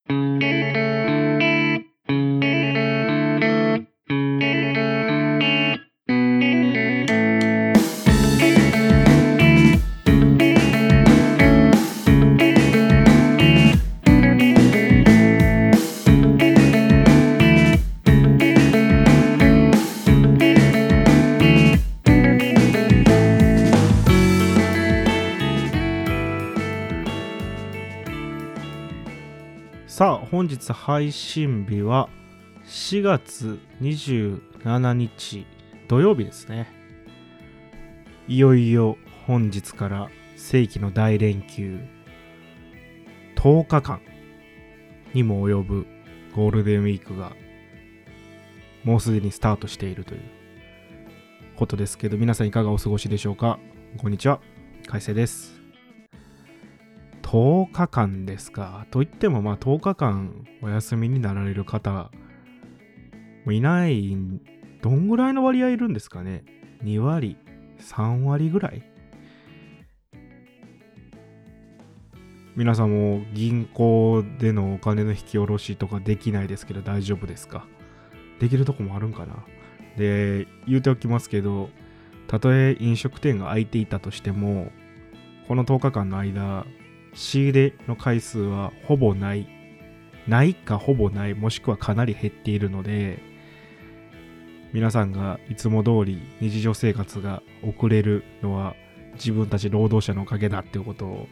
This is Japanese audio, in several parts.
さあ、本日配信日は4月27日土曜日ですね。いよいよ本日から世紀の大連休10日間にも及ぶゴールデンウィークがもうすでにスタートしているということですけど、皆さんいかがお過ごしでしょうか。こんにちは、海星です。10日間ですか。といっても10日間お休みになられる方もいない。どんぐらいの割合いるんですかね。2割3割ぐらい。皆さんも銀行でのお金の引き下ろしとかできないですけど大丈夫ですか。できるとこもあるんかな。で、言うておきますけど、たとえ飲食店が開いていたとしても、この10日間の間仕入れの回数はほぼないかほぼない、もしくはかなり減っているので、皆さんがいつも通り日常生活が送れるのは自分たち労働者のおかげだっていうことを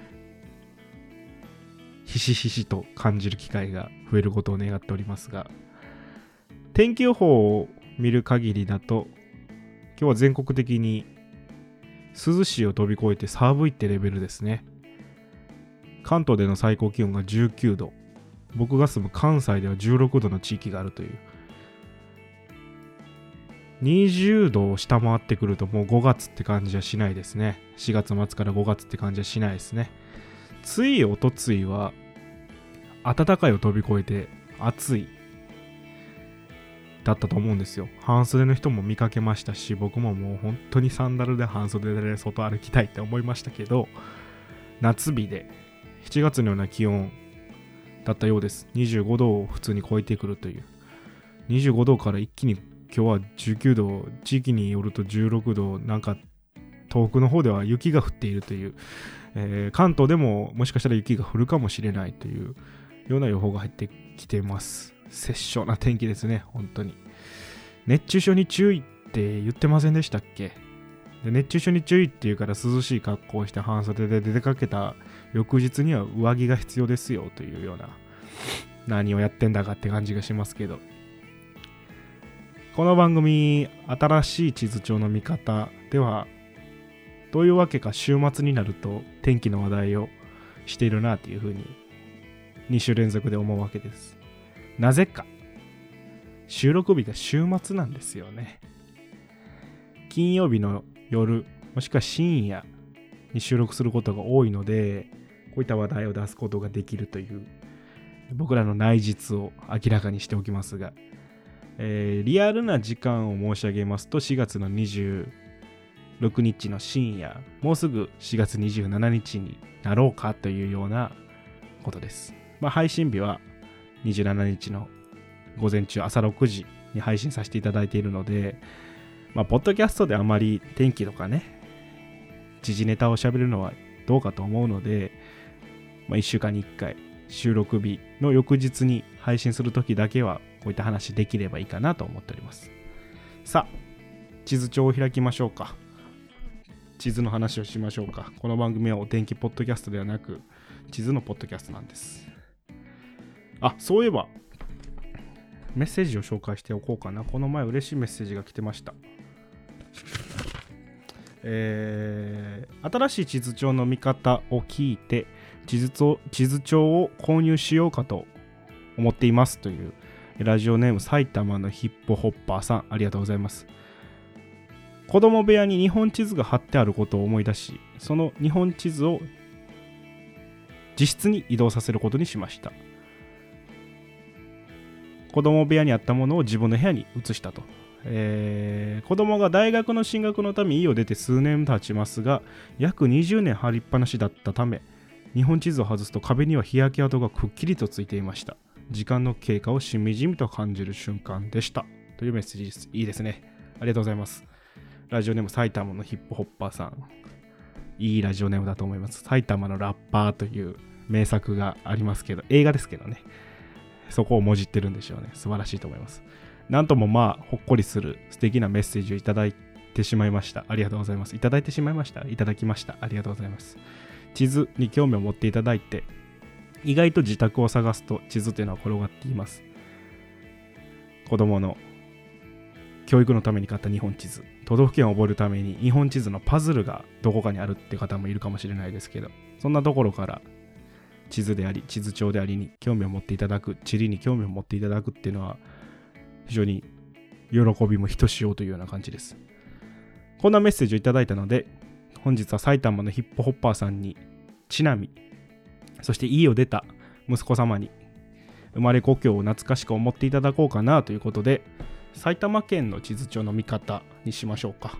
ひしひしと感じる機会が増えることを願っておりますが、天気予報を見る限りだと今日は全国的に涼しいを飛び越えて寒いってレベルですね。関東での最高気温が19度、僕が住む関西では16度の地域があるという。20度を下回ってくるともう5月って感じはしないですね。4月末から5月って感じはしないですね。ついおとついは暖かいを飛び越えて暑いだったと思うんですよ。半袖の人も見かけましたし、僕ももう本当にサンダルで半袖で外歩きたいって思いましたけど、夏日で7月のような気温だったようです。25度を普通に超えてくるという。25度から一気に今日は19度、地域によると16度、なんか遠くの方では雪が降っているという、関東でももしかしたら雪が降るかもしれないというような予報が入ってきています。殺生な天気ですね、本当に。熱中症に注意って言ってませんでしたっけ。で、熱中症に注意っていうから涼しい格好をして半袖で出かけた翌日には上着が必要ですよというような、何をやってんだかって感じがしますけど、この番組新しい地図帳の見方ではどういうわけか週末になると天気の話題をしているなというふうに2週連続で思うわけです。なぜか収録日が週末なんですよね。金曜日の夜もしくは深夜に収録することが多いので、こういった話題を出すことができるという僕らの内実を明らかにしておきますが、リアルな時間を申し上げますと4月の26日の深夜、もうすぐ4月27日になろうかというようなことです。配信日は27日の午前中朝6時に配信させていただいているので、ポッドキャストであまり天気とかね、時事ネタを喋るのはどうかと思うので、1週間に1回収録日の翌日に配信するときだけはこういった話できればいいかなと思っております。さあ、地図帳を開きましょうか。地図の話をしましょうか。この番組はお天気ポッドキャストではなく地図のポッドキャストなんです。そういえばメッセージを紹介しておこうかな。この前嬉しいメッセージが来てました。新しい地図帳の見方を聞いて地図帳を購入しようかと思っていますというラジオネーム埼玉のヒップホッパーさん、ありがとうございます。子供部屋に日本地図が貼ってあることを思い出し、その日本地図を自室に移動させることにしました。子供部屋にあったものを自分の部屋に移したと。子供が大学の進学のため家を出て数年経ちますが、約20年貼りっぱなしだったため、 日本地図を外すと壁には日焼け跡がくっきりとついていました。時間の経過をしみじみと感じる瞬間でした。というメッセージです。いいですね。ありがとうございます。ラジオネーム埼玉のヒップホッパーさん。いいラジオネームだと思います。埼玉のラッパーという名作がありますけど、映画ですけどね。そこをもじってるんでしょうね。素晴らしいと思います。なんともほっこりする素敵なメッセージをいただいてしまいました。ありがとうございます。いただいてしまいました。いただきました。ありがとうございます。地図に興味を持っていただいて、意外と自宅を探すと地図というのは転がっています。子供の教育のために買った日本地図、都道府県を覚えるために日本地図のパズルがどこかにあるって方もいるかもしれないですけど、そんなところから地図であり地図帳でありに興味を持っていただく、地理に興味を持っていただくっていうのは非常に喜びもひとしおというような感じです。こんなメッセージをいただいたので、本日は埼玉のヒップホッパーさんにちなみ、そして家を出た息子様に生まれ故郷を懐かしく思っていただこうかなということで、埼玉県の地図帳の見方にしましょうか。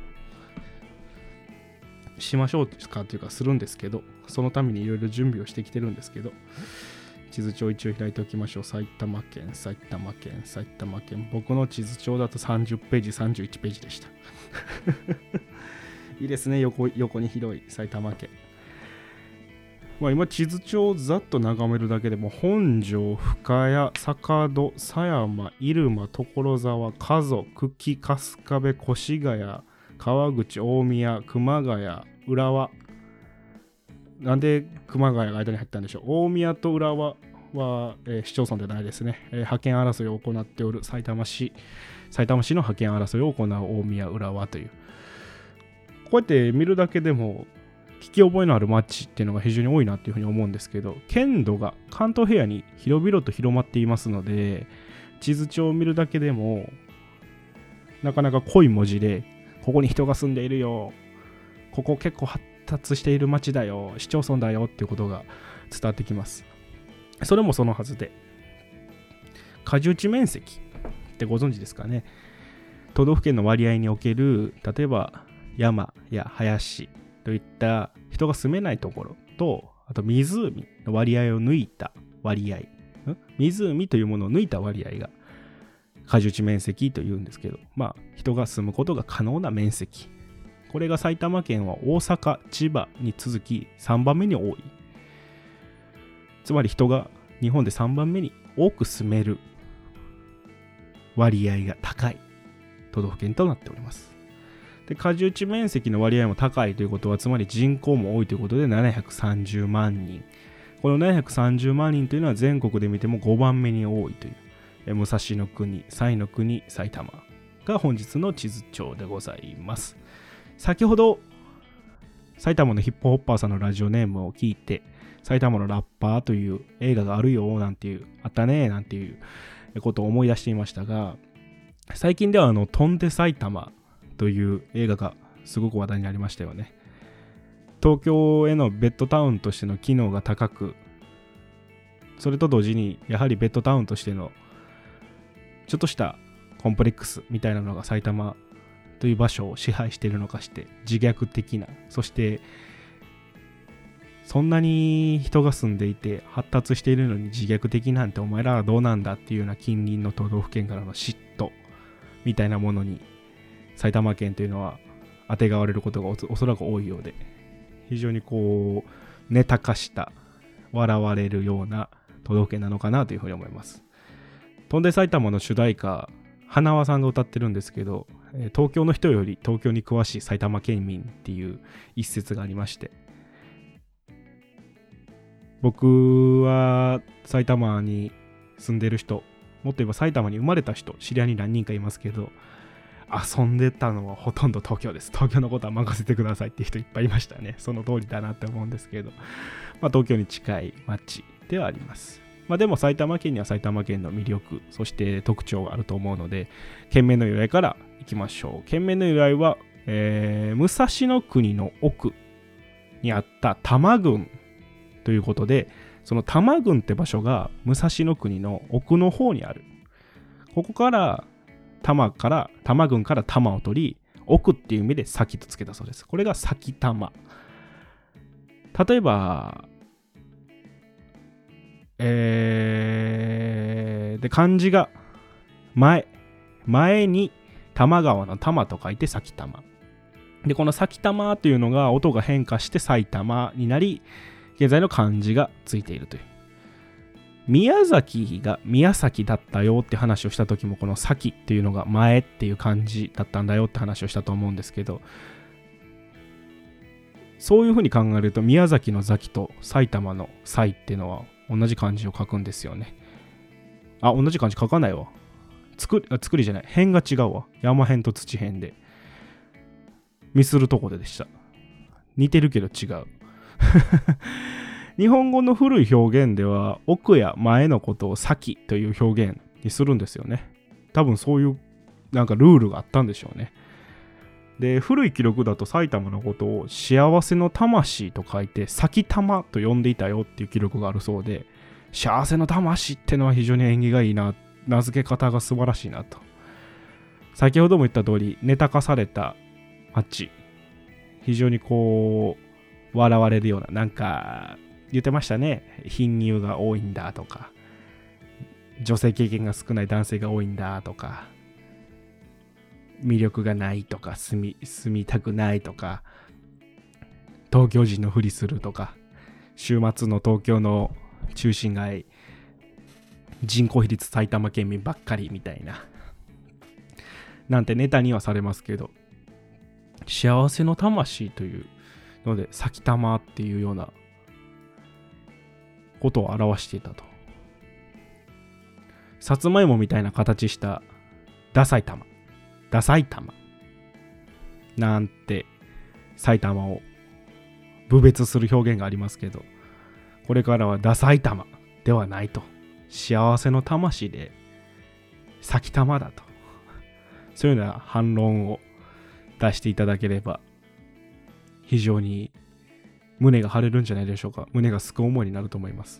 しましょうかというかするんですけど、そのためにいろいろ準備をしてきてるんですけど、地図帳一応開いておきましょう。埼玉県。僕の地図帳だと30ページ、31ページでした。いいですね、横に広い埼玉県。今地図帳をざっと眺めるだけでも本庄、深谷、坂戸、狭山、入間、所沢、加須、久喜、春日部、越谷、川口、大宮、熊谷、浦和。なんで熊谷が間に入ったんでしょう。大宮と浦和は、市町村でないですね。覇権争いを行っておる埼玉市の覇権争いを行う大宮、浦和という。こうやって見るだけでも聞き覚えのある街っていうのが非常に多いなっていうふうに思うんですけど、県土が関東平野に広々と広まっていますので、地図帳を見るだけでもなかなか濃い文字で、ここに人が住んでいるよ、ここ結構発達している町だよ、市町村だよっていうことが伝わってきます。それもそのはずで、果樹地面積ってご存知ですかね。都道府県の割合における、例えば山や林といった人が住めないところと、あと湖の割合を抜いた割合、湖というものを抜いた割合が果樹地面積というんですけど、人が住むことが可能な面積、これが埼玉県は大阪、千葉に続き3番目に多い。つまり人が日本で3番目に多く住める割合が高い都道府県となっております。で、果樹地面積の割合も高いということは、つまり人口も多いということで730万人。この730万人というのは全国で見ても5番目に多いという、武蔵の国、彩の国、埼玉が本日の地図帳でございます。先ほど埼玉のヒップホッパーさんのラジオネームを聞いて、埼玉のラッパーという映画があるよなんていう、あったねなんていうことを思い出していましたが、最近では飛んで埼玉という映画がすごく話題になりましたよね。東京へのベッドタウンとしての機能が高く、それと同時にやはりベッドタウンとしてのちょっとしたコンプレックスみたいなのが埼玉という場所を支配しているのかして、自虐的な、そしてそんなに人が住んでいて発達しているのに自虐的なんてお前らはどうなんだっていうような近隣の都道府県からの嫉妬みたいなものに埼玉県というのは当てがわれることがおそらく多いようで、非常にネタ化した笑われるような都道府県なのかなというふうに思います。飛んで埼玉の主題歌、花輪さんが歌ってるんですけど、東京の人より東京に詳しい埼玉県民っていう一節がありまして、僕は埼玉に住んでる人、もっと言えば埼玉に生まれた人、知り合いに何人かいますけど、遊んでたのはほとんど東京です。東京のことは任せてくださいっていう人いっぱいいましたね。その通りだなって思うんですけど、東京に近い町ではあります。でも埼玉県には埼玉県の魅力、そして特徴があると思うので、県名の由来からいきましょう。県名の由来は、武蔵の国の奥にあった多摩郡ということで、その多摩郡って場所が武蔵の国の奥の方にある。ここから多摩郡から多摩を取り、奥っていう意味で先とつけたそうです。これが先多摩。例えばで漢字が前に多摩川の多摩と書いて埼玉で、この埼玉というのが音が変化して埼玉になり、現在の漢字がついているという。宮崎が宮崎だったよって話をした時も、この崎っていうのが前っていう漢字だったんだよって話をしたと思うんですけど、そういうふうに考えると宮崎の崎と埼玉の埼っていうのは同じ漢字を書くんですよね。同じ漢字書かないわ。作りじゃない。辺が違うわ。山辺と土辺で。ミスるとこでした。似てるけど違う。日本語の古い表現では奥や前のことを先という表現にするんですよね。多分そういうなんかルールがあったんでしょうね。で、古い記録だと埼玉のことを幸せの魂と書いて先玉と呼んでいたよっていう記録があるそうで、幸せの魂ってのは非常に縁起がいいな、名付け方が素晴らしいなと。先ほども言った通りネタ化された街、非常にこう笑われるような、なんか言ってましたね。貧乳が多いんだとか、女性経験が少ない男性が多いんだとか、魅力がないとか、住みたくないとか、東京人のふりするとか、週末の東京の中心街、人口比率埼玉県民ばっかりみたいな、なんてネタにはされますけど、幸せの魂というので埼玉っていうようなことを表していたと。さつまいもみたいな形したダサい玉なんて埼玉を侮蔑する表現がありますけど、これからはダサい玉ではないと、幸せの魂で埼玉だと、そういうような反論を出していただければ非常に胸が張れるんじゃないでしょうか。胸がすく思いになると思います。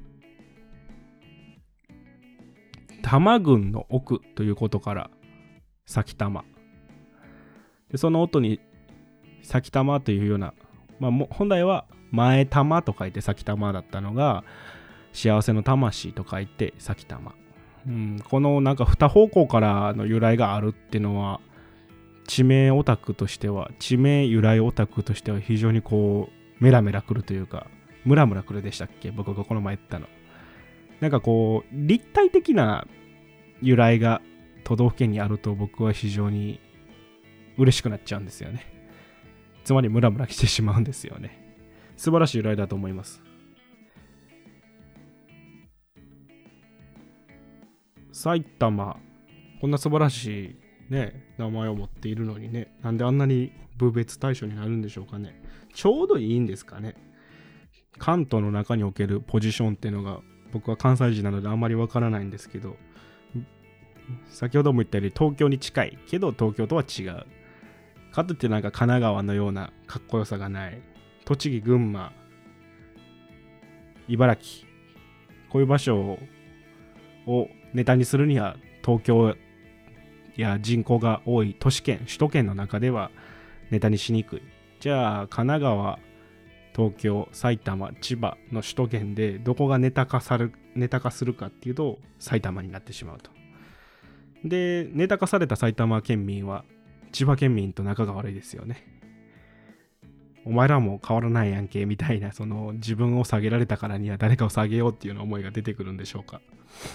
多摩郡の奥ということから埼玉で、その音に埼玉というような、本来は前玉と書いて埼玉だったのが幸せの魂と書いて埼玉、このなんか二方向からの由来があるっていうのは、地名オタクとしては、地名由来オタクとしては非常にこうメラメラくるというか、ムラムラくるでしたっけ、僕がこの前言ったの。なんかこう立体的な由来が都道府県にあると、僕は非常に嬉しくなっちゃうんですよね。つまりムラムラしてしまうんですよね。素晴らしい由来だと思います。埼玉、こんな素晴らしいね名前を持っているのにね、なんであんなに侮蔑対象になるんでしょうかね。ちょうどいいんですかね。関東の中におけるポジションっていうのが、僕は関西人なのであんまりわからないんですけど、先ほども言ったように東京に近いけど東京とは違うかといって、なんか神奈川のようなかっこよさがない、栃木、群馬、茨城、こういう場所をネタにするには、東京や人口が多い都市圏、首都圏の中ではネタにしにくい。じゃあ神奈川、東京、埼玉、千葉の首都圏でどこがネタ化するかっていうと埼玉になってしまうと。で、ネタ化された埼玉県民は千葉県民と仲が悪いですよね。お前らも変わらないやんけみたいな、その自分を下げられたからには誰かを下げようっていうような思いが出てくるんでしょうか。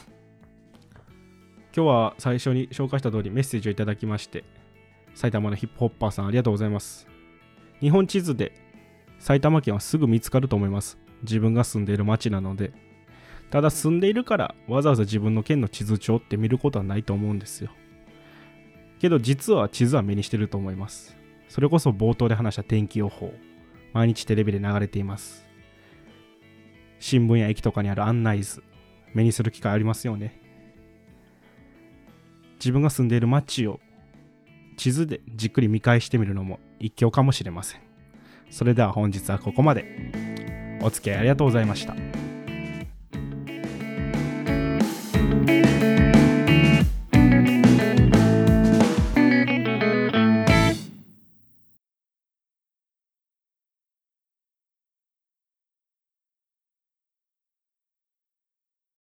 今日は最初に紹介した通りメッセージをいただきまして、埼玉のヒップホッパーさんありがとうございます。日本地図で埼玉県はすぐ見つかると思います。自分が住んでいる町なので。ただ住んでいるからわざわざ自分の県の地図帳って見ることはないと思うんですよ。けど実は地図は目にしてると思います。それこそ冒頭で話した天気予報、毎日テレビで流れています。新聞や駅とかにある案内図、目にする機会ありますよね。自分が住んでいる町を地図でじっくり見返してみるのも一興かもしれません。それでは本日はここまで。お付き合いありがとうございました。